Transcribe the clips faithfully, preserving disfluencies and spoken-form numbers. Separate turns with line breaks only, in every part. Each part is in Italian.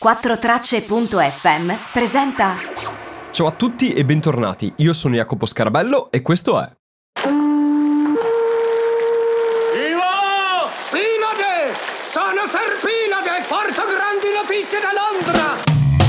quattro tracce punto effe emme presenta.
Ciao a tutti e bentornati, io sono Jacopo Scarabello e questo è
Ivo! Pinade! Sono Serpinade! Porto grandi notizie da Londra!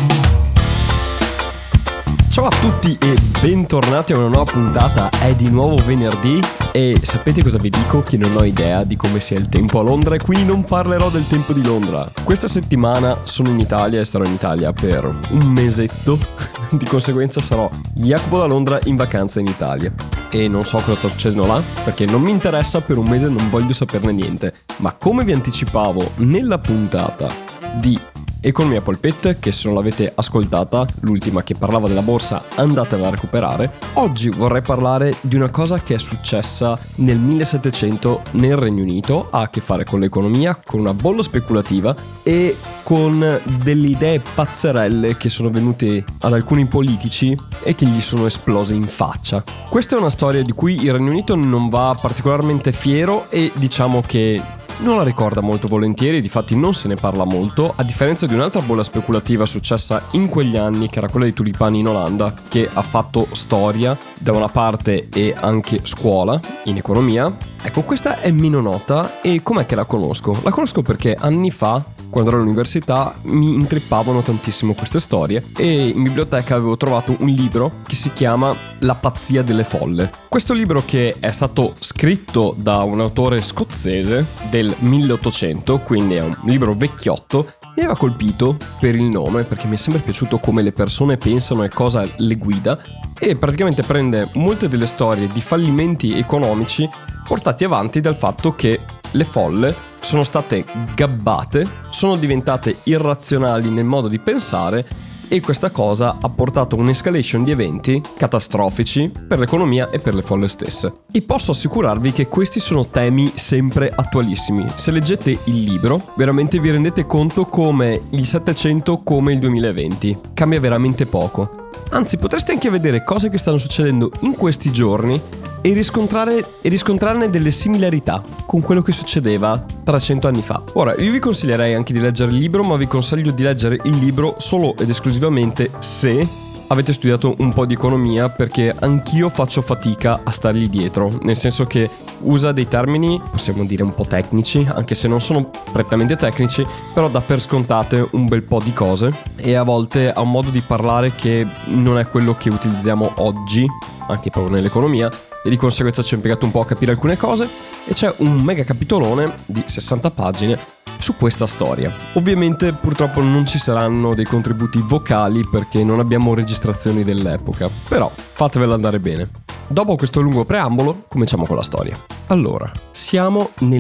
Ciao a tutti e bentornati a una nuova puntata. È di nuovo venerdì e sapete cosa vi dico? Che non ho idea di come sia il tempo a Londra e quindi non parlerò del tempo di Londra. Questa settimana sono in Italia e starò in Italia per un mesetto. Di conseguenza sarò Jacopo da Londra in vacanza in Italia. E non so cosa sta succedendo là, perché non mi interessa, per un mese non voglio saperne niente. Ma come vi anticipavo nella puntata di Economia Polpette, che se non l'avete ascoltata, l'ultima che parlava della borsa, andatela a recuperare. Oggi vorrei parlare di una cosa che è successa nel millesettecento nel Regno Unito, ha a che fare con l'economia, con una bolla speculativa e con delle idee pazzerelle che sono venute ad alcuni politici e che gli sono esplose in faccia. Questa è una storia di cui il Regno Unito non va particolarmente fiero e diciamo che non la ricorda molto volentieri, difatti non se ne parla molto, a differenza di un'altra bolla speculativa successa in quegli anni, che era quella dei tulipani in Olanda, che ha fatto storia da una parte e anche scuola in economia. Ecco, questa è meno nota e com'è che la conosco? La conosco perché anni fa, quando ero all'università, mi intrippavano tantissimo queste storie e in biblioteca avevo trovato un libro che si chiama La pazzia delle folle. Questo libro, che è stato scritto da un autore scozzese del milleottocento, quindi è un libro vecchiotto, mi aveva colpito per il nome perché mi è sempre piaciuto come le persone pensano e cosa le guida, e praticamente prende molte delle storie di fallimenti economici portati avanti dal fatto che le folle sono state gabbate, sono diventate irrazionali nel modo di pensare e questa cosa ha portato un'escalation di eventi catastrofici per l'economia e per le folle stesse. E posso assicurarvi che questi sono temi sempre attualissimi. Se leggete il libro, veramente vi rendete conto come il Settecento come il duemilaventi. Cambia veramente poco. Anzi, potreste anche vedere cose che stanno succedendo in questi giorni e riscontrare e riscontrarne delle similarità con quello che succedeva trecento anni fa. Ora, io vi consiglierei anche di leggere il libro, ma vi consiglio di leggere il libro solo ed esclusivamente se avete studiato un po' di economia, perché anch'io faccio fatica a stargli dietro, nel senso che usa dei termini, possiamo dire un po' tecnici, anche se non sono prettamente tecnici, però dà per scontate un bel po' di cose e a volte ha un modo di parlare che non è quello che utilizziamo oggi, anche proprio nell'economia, e di conseguenza ci ho impiegato un po' a capire alcune cose e c'è un mega capitolone di sessanta pagine su questa storia. Ovviamente purtroppo non ci saranno dei contributi vocali perché non abbiamo registrazioni dell'epoca, però fatevela andare bene. Dopo questo lungo preambolo cominciamo con la storia. Allora, siamo nel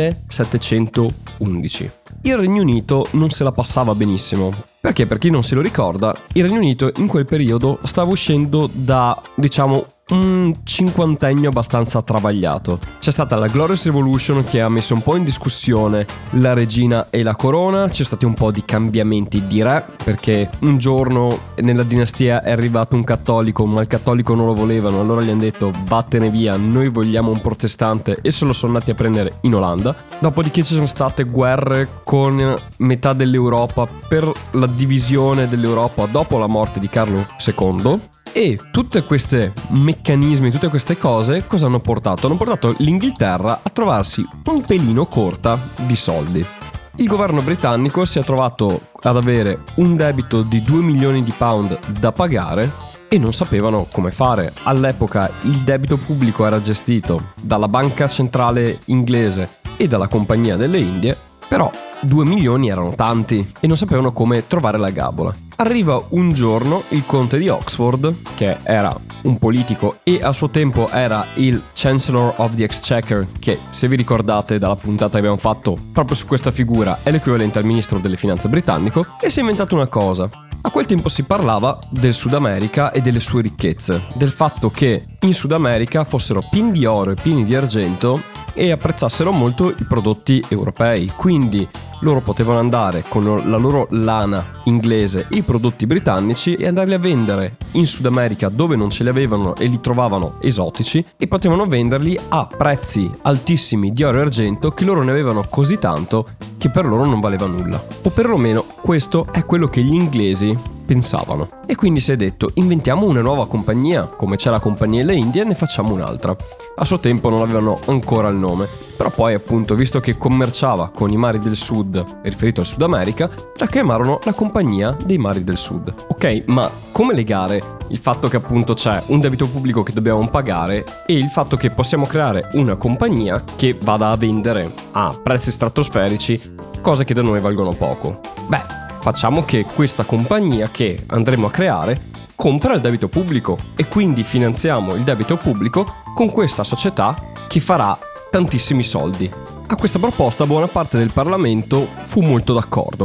millesettecentoundici. Il Regno Unito non se la passava benissimo. Perché? Per chi non se lo ricorda, il Regno Unito in quel periodo stava uscendo da, diciamo, un cinquantennio abbastanza travagliato. C'è stata la Glorious Revolution che ha messo un po' in discussione la regina e la corona, c'è stati un po' di cambiamenti di re, perché un giorno nella dinastia è arrivato un cattolico, ma il cattolico non lo volevano, allora gli hanno detto vattene via, noi vogliamo un protestante, e se lo sono andati a prendere in Olanda. Dopodiché ci sono state guerre con metà dell'Europa per la divisione dell'Europa dopo la morte di Carlo secondo. E tutte queste meccanismi, tutte queste cose cosa hanno portato? Hanno portato l'Inghilterra a trovarsi un pelino corta di soldi. Il governo britannico si è trovato ad avere un debito di due milioni di pound da pagare e non sapevano come fare. All'epoca il debito pubblico era gestito dalla banca centrale inglese e dalla Compagnia delle Indie, però due milioni erano tanti e non sapevano come trovare la gabola. Arriva un giorno il conte di Oxford, che era un politico e a suo tempo era il Chancellor of the Exchequer, che se vi ricordate dalla puntata che abbiamo fatto proprio su questa figura è l'equivalente al ministro delle finanze britannico, e si è inventato una cosa. A quel tempo si parlava del Sud America e delle sue ricchezze, del fatto che in Sud America fossero pieni di oro e pieni di argento e apprezzassero molto i prodotti europei, quindi loro potevano andare con la loro lana inglese e i prodotti britannici e andarli a vendere in Sud America dove non ce li avevano e li trovavano esotici, e potevano venderli a prezzi altissimi di oro e argento che loro ne avevano così tanto che per loro non valeva nulla. O perlomeno questo è quello che gli inglesi pensavano. E quindi si è detto: inventiamo una nuova compagnia, come c'è la compagnia delle Indie, ne facciamo un'altra. A suo tempo non avevano ancora il nome, però poi appunto, visto che commerciava con i mari del sud, riferito al Sud America, la chiamarono la compagnia dei mari del sud. Ok, ma come legare il fatto che appunto c'è un debito pubblico che dobbiamo pagare e il fatto che possiamo creare una compagnia che vada a vendere a prezzi stratosferici cose che da noi valgono poco? Beh, facciamo che questa compagnia che andremo a creare compra il debito pubblico e quindi finanziamo il debito pubblico con questa società che farà tantissimi soldi. A questa proposta buona parte del Parlamento fu molto d'accordo.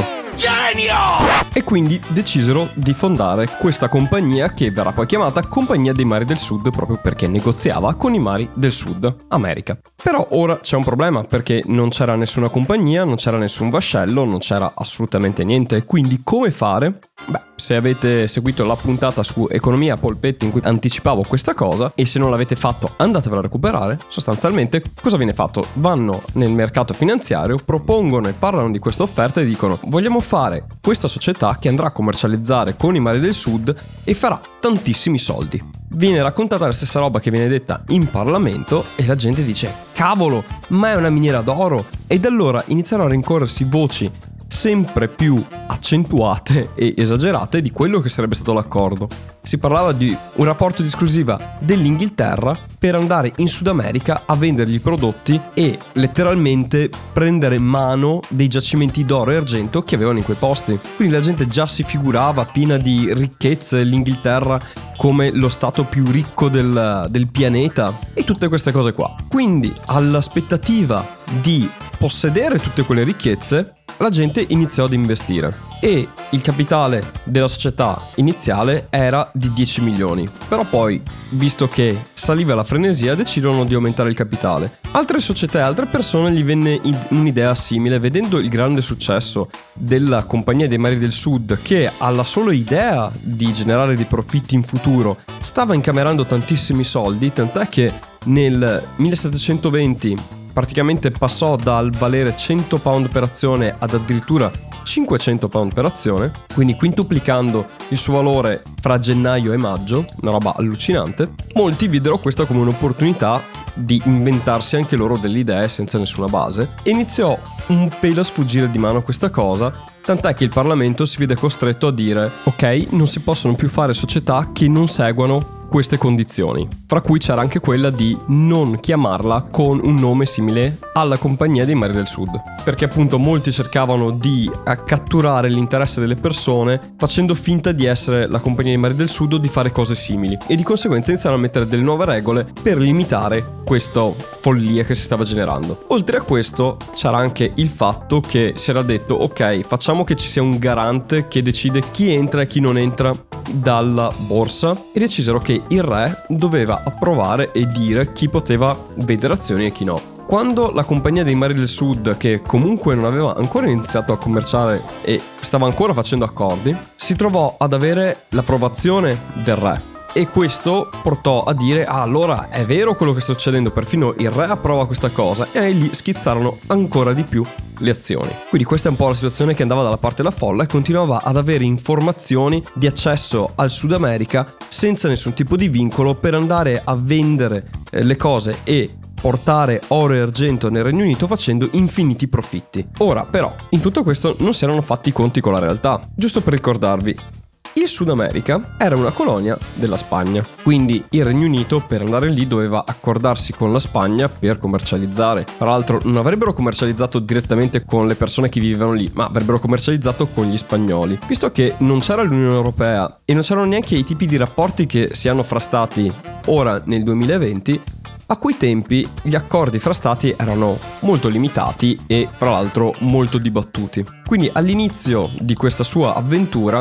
Genio! E quindi decisero di fondare questa compagnia che verrà poi chiamata Compagnia dei Mari del Sud, proprio perché negoziava con i mari del Sud America. Però ora c'è un problema, perché non c'era nessuna compagnia, non c'era nessun vascello, non c'era assolutamente niente. Quindi come fare? Beh, se avete seguito la puntata su Economia a polpetti in cui anticipavo questa cosa, e se non l'avete fatto andatevela a recuperare, sostanzialmente cosa viene fatto? Vanno nel mercato finanziario, propongono e parlano di questa offerta e dicono: vogliamo fare questa società che andrà a commercializzare con i mari del sud e farà tantissimi soldi. Viene raccontata la stessa roba che viene detta in Parlamento e la gente dice: cavolo, ma è una miniera d'oro? E da allora iniziarono a rincorrersi voci sempre più accentuate e esagerate di quello che sarebbe stato l'accordo. Si parlava di un rapporto di esclusiva dell'Inghilterra per andare in Sud America a vendergli i prodotti e letteralmente prendere in mano dei giacimenti d'oro e argento che avevano in quei posti. Quindi la gente già si figurava, piena di ricchezze, l'Inghilterra come lo stato più ricco del, del pianeta e tutte queste cose qua. Quindi all'aspettativa di possedere tutte quelle ricchezze, la gente iniziò ad investire e il capitale della società iniziale era di dieci milioni. Però poi, visto che saliva la frenesia, decidono di aumentare il capitale. Altre società e altre persone gli venne un'idea simile, vedendo il grande successo della Compagnia dei Mari del Sud, che alla sola idea di generare dei profitti in futuro stava incamerando tantissimi soldi, tant'è che nel millesettecentoventi praticamente passò dal valere cento pound per azione ad addirittura cinquecento pound per azione, quindi quintuplicando il suo valore fra gennaio e maggio, una roba allucinante. Molti videro questa come un'opportunità di inventarsi anche loro delle idee senza nessuna base, e iniziò un pelo a sfuggire di mano questa cosa, tant'è che il Parlamento si vide costretto a dire: ok, non si possono più fare società che non seguano queste condizioni, fra cui c'era anche quella di non chiamarla con un nome simile alla Compagnia dei Mari del Sud, perché appunto molti cercavano di catturare l'interesse delle persone facendo finta di essere la Compagnia dei Mari del Sud o di fare cose simili, e di conseguenza iniziarono a mettere delle nuove regole per limitare questa follia che si stava generando. Oltre a questo c'era anche il fatto che si era detto: ok, facciamo che ci sia un garante che decide chi entra e chi non entra dalla borsa, e decisero che il re doveva approvare e dire chi poteva vendere azioni e chi no. Quando la Compagnia dei Mari del Sud, che comunque non aveva ancora iniziato a commerciare e stava ancora facendo accordi, si trovò ad avere l'approvazione del re. E questo portò a dire: ah, allora è vero quello che sta succedendo, perfino il re approva questa cosa, e lì schizzarono ancora di più le azioni. Quindi questa è un po' la situazione che andava dalla parte della folla e continuava ad avere informazioni di accesso al Sud America senza nessun tipo di vincolo per andare a vendere eh, le cose e portare oro e argento nel Regno Unito facendo infiniti profitti. Ora però in tutto questo non si erano fatti i conti con la realtà. Giusto per ricordarvi, il Sud America era una colonia della Spagna, quindi il Regno Unito per andare lì doveva accordarsi con la Spagna per commercializzare. Tra l'altro non avrebbero commercializzato direttamente con le persone che vivevano lì, ma avrebbero commercializzato con gli spagnoli. Visto che non c'era l'Unione Europea e non c'erano neanche i tipi di rapporti che si hanno fra stati ora nel duemilaventi, a quei tempi gli accordi fra stati erano molto limitati e fra l'altro molto dibattuti. Quindi all'inizio di questa sua avventura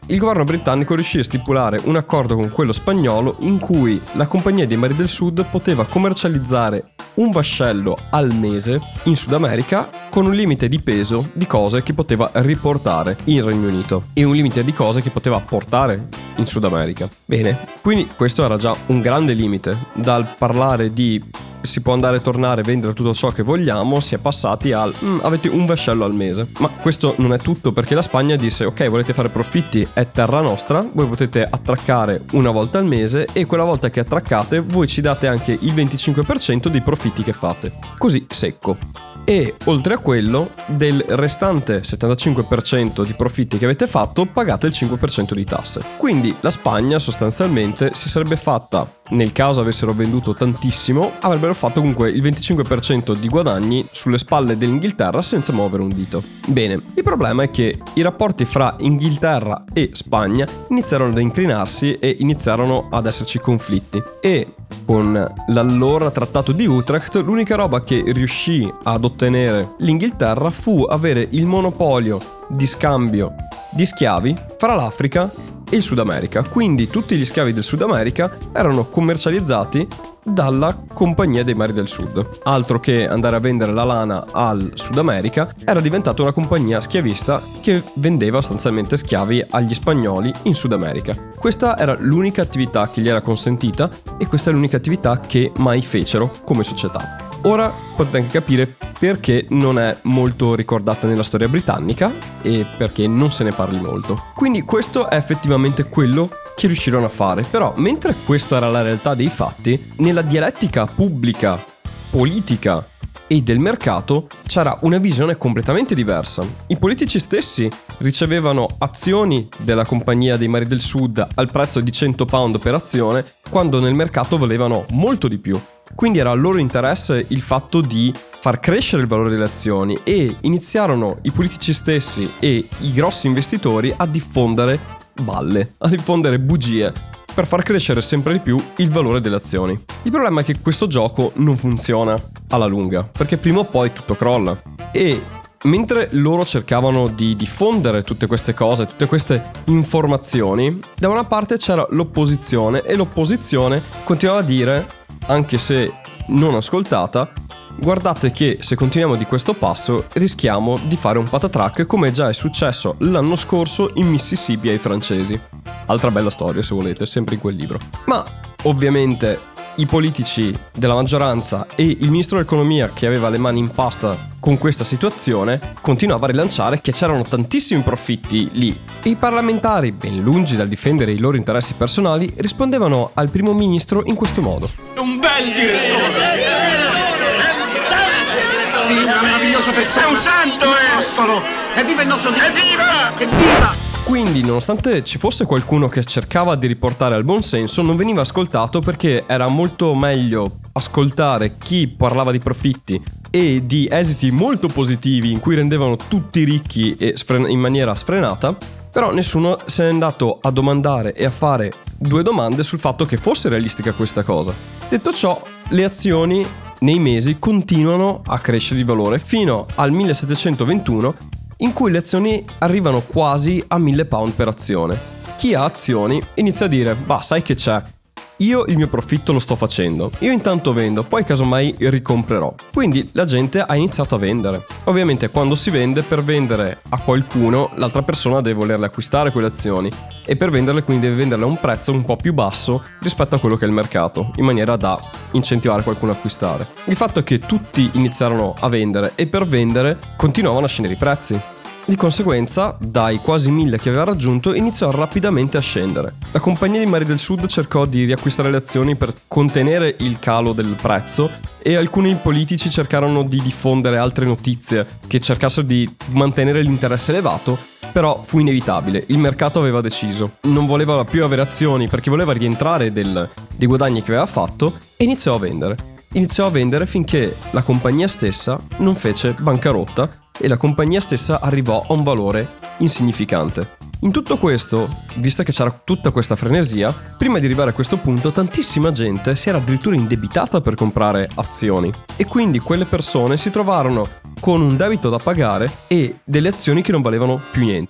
il governo britannico riuscì a stipulare un accordo con quello spagnolo in cui la Compagnia dei Mari del Sud poteva commercializzare un vascello al mese in Sud America con un limite di peso di cose che poteva riportare in Regno Unito e un limite di cose che poteva portare in Sud America. Bene, quindi questo era già un grande limite. Dal parlare di si può andare e tornare, vendere tutto ciò che vogliamo, si è passati al mm, avete un vascello al mese. Ma questo non è tutto, perché la Spagna disse ok, volete fare profitti, è terra nostra, voi potete attraccare una volta al mese e quella volta che attraccate voi ci date anche il venticinque per cento dei profitti che fate, così secco. E oltre a quello, del restante settantacinque per cento di profitti che avete fatto pagate il cinque per cento di tasse. Quindi la Spagna sostanzialmente si sarebbe fatta, nel caso avessero venduto tantissimo, avrebbero fatto comunque il venticinque per cento di guadagni sulle spalle dell'Inghilterra senza muovere un dito. Bene, il problema è che i rapporti fra Inghilterra e Spagna iniziarono ad incrinarsi e iniziarono ad esserci conflitti. E con l'allora trattato di Utrecht l'unica roba che riuscì ad ottenere l'Inghilterra fu avere il monopolio di scambio di schiavi fra l'Africa e il Sud America. Quindi tutti gli schiavi del Sud America erano commercializzati dalla Compagnia dei Mari del Sud. Altro che andare a vendere la lana al Sud America, era diventata una compagnia schiavista che vendeva sostanzialmente schiavi agli spagnoli in Sud America. Questa era l'unica attività che gli era consentita e questa è l'unica attività che mai fecero come società. Ora potete anche capire perché non è molto ricordata nella storia britannica e perché non se ne parli molto. Quindi questo è effettivamente quello che riuscirono a fare. Però mentre questa era la realtà dei fatti, nella dialettica pubblica, politica e del mercato c'era una visione completamente diversa. I politici stessi ricevevano azioni della Compagnia dei Mari del Sud al prezzo di cento pound per azione, quando nel mercato volevano molto di più. Quindi era al loro interesse il fatto di far crescere il valore delle azioni e iniziarono i politici stessi e i grossi investitori a diffondere balle, a diffondere bugie per far crescere sempre di più il valore delle azioni. Il problema è che questo gioco non funziona alla lunga, perché prima o poi tutto crolla. E mentre loro cercavano di diffondere tutte queste cose, tutte queste informazioni, da una parte c'era l'opposizione e l'opposizione continuava a dire, anche se non ascoltata, guardate che se continuiamo di questo passo rischiamo di fare un patatrack come già è successo l'anno scorso in Mississippi ai francesi. Altra bella storia se volete, sempre in quel libro. Ma ovviamente i politici della maggioranza e il ministro dell'economia, che aveva le mani in pasta con questa situazione, continuava a rilanciare che c'erano tantissimi profitti lì. E i parlamentari, ben lungi dal difendere i loro interessi personali, rispondevano al primo ministro in questo modo:
un bel direttore! Sì, una meravigliosa persona! È un santo, è! Apostolo! Evviva il nostro direttore! Evviva! Evviva!
Quindi, nonostante ci fosse qualcuno che cercava di riportare al buon senso, non veniva ascoltato, perché era molto meglio ascoltare chi parlava di profitti e di esiti molto positivi in cui rendevano tutti ricchi e sfren- in maniera sfrenata. Però nessuno se n'è andato a domandare e a fare due domande sul fatto che fosse realistica questa cosa. Detto ciò, le azioni nei mesi continuano a crescere di valore fino al millesettecentoventuno, in cui le azioni arrivano quasi a mille pound per azione. Chi ha azioni inizia a dire: bah, sai che c'è? Io il mio profitto lo sto facendo, io intanto vendo, poi casomai ricomprerò. Quindi la gente ha iniziato a vendere. Ovviamente quando si vende, per vendere a qualcuno, l'altra persona deve volerle acquistare quelle azioni, e per venderle quindi deve venderle a un prezzo un po' più basso rispetto a quello che è il mercato, in maniera da incentivare qualcuno a acquistare. Il fatto è che tutti iniziarono a vendere e per vendere continuavano a scendere i prezzi. Di conseguenza, dai quasi mille che aveva raggiunto, iniziò rapidamente a scendere. La Compagnia dei Mari del Sud cercò di riacquistare le azioni per contenere il calo del prezzo, e alcuni politici cercarono di diffondere altre notizie che cercassero di mantenere l'interesse elevato, però fu inevitabile. Il mercato aveva deciso, non voleva più avere azioni perché voleva rientrare del, dei guadagni che aveva fatto, e iniziò a vendere. Iniziò a vendere finché la compagnia stessa non fece bancarotta e la compagnia stessa arrivò a un valore insignificante. In tutto questo, visto che c'era tutta questa frenesia, prima di arrivare a questo punto tantissima gente si era addirittura indebitata per comprare azioni, e quindi quelle persone si trovarono con un debito da pagare e delle azioni che non valevano più niente.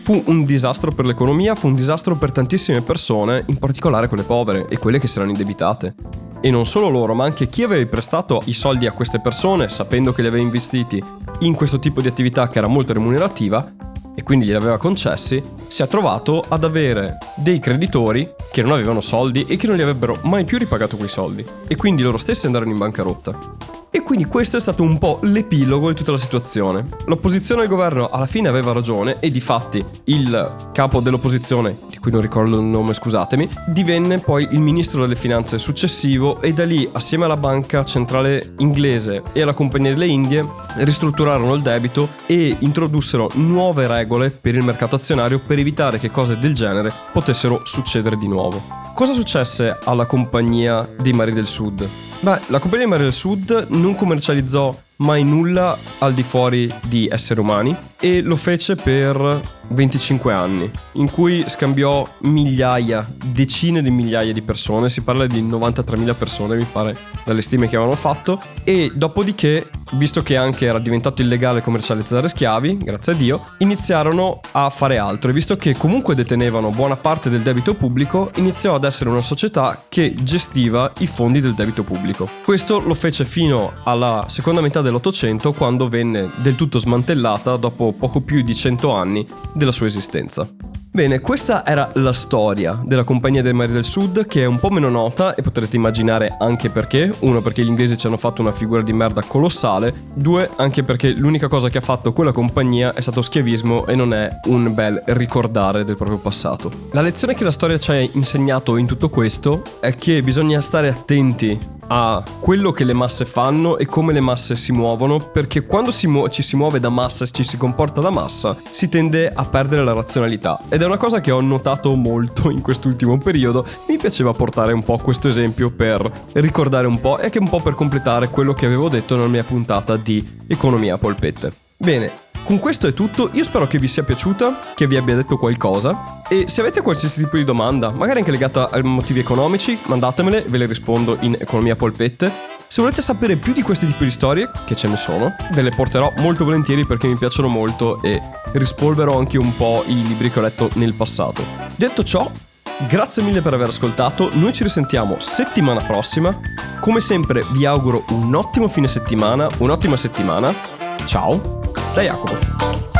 Fu un disastro per l'economia, fu un disastro per tantissime persone, in particolare quelle povere e quelle che si erano indebitate. E non solo loro, ma anche chi aveva prestato i soldi a queste persone, sapendo che li aveva investiti in questo tipo di attività che era molto remunerativa, e quindi glieli aveva concessi, si è trovato ad avere dei creditori che non avevano soldi e che non gli avrebbero mai più ripagato quei soldi, e quindi loro stessi andarono in bancarotta. E quindi questo è stato un po' l'epilogo di tutta la situazione. L'opposizione al governo alla fine aveva ragione e difatti il capo dell'opposizione, di cui non ricordo il nome, scusatemi, divenne poi il ministro delle finanze successivo, e da lì, assieme alla banca centrale inglese e alla compagnia delle Indie, ristrutturarono il debito e introdussero nuove regole per il mercato azionario per evitare che cose del genere potessero succedere di nuovo. Cosa successe alla compagnia dei Mari del Sud? Beh, la compagnia dei Mari del Sud non commercializzò mai nulla al di fuori di esseri umani e lo fece per venticinque anni, in cui scambiò migliaia, decine di migliaia di persone, si parla di novantatremila persone mi pare dalle stime che avevano fatto, e dopodiché, visto che anche era diventato illegale commercializzare schiavi, grazie a Dio, iniziarono a fare altro, e visto che comunque detenevano buona parte del debito pubblico, iniziò ad essere una società che gestiva i fondi del debito pubblico. Questo lo fece fino alla seconda metà dell'Ottocento, quando venne del tutto smantellata dopo poco più di cento anni della sua esistenza. Bene, questa era la storia della Compagnia dei Mari del Sud, che è un po' meno nota, e potrete immaginare anche perché. Uno, perché gli inglesi ci hanno fatto una figura di merda colossale. Due, anche perché l'unica cosa che ha fatto quella compagnia è stato schiavismo e non è un bel ricordare del proprio passato. La lezione che la storia ci ha insegnato in tutto questo è che bisogna stare attenti a quello che le masse fanno e come le masse si muovono, perché quando si mu- ci si muove da massa e ci si comporta da massa, si tende a perdere la razionalità. Ed è una cosa che ho notato molto in quest'ultimo periodo. Mi piaceva portare un po' questo esempio per ricordare un po', e che un po' per completare quello che avevo detto nella mia puntata di Economia a polpette. Bene, con questo è tutto. Io spero che vi sia piaciuta, che vi abbia detto qualcosa, e se avete qualsiasi tipo di domanda, magari anche legata a motivi economici, mandatemele, ve le rispondo in Economia a polpette. Se volete sapere più di questi tipi di storie, che ce ne sono, ve le porterò molto volentieri perché mi piacciono molto e rispolverò anche un po' i libri che ho letto nel passato. Detto ciò, grazie mille per aver ascoltato, noi ci risentiamo settimana prossima. Come sempre vi auguro un ottimo fine settimana, un'ottima settimana. Ciao, da Jacopo.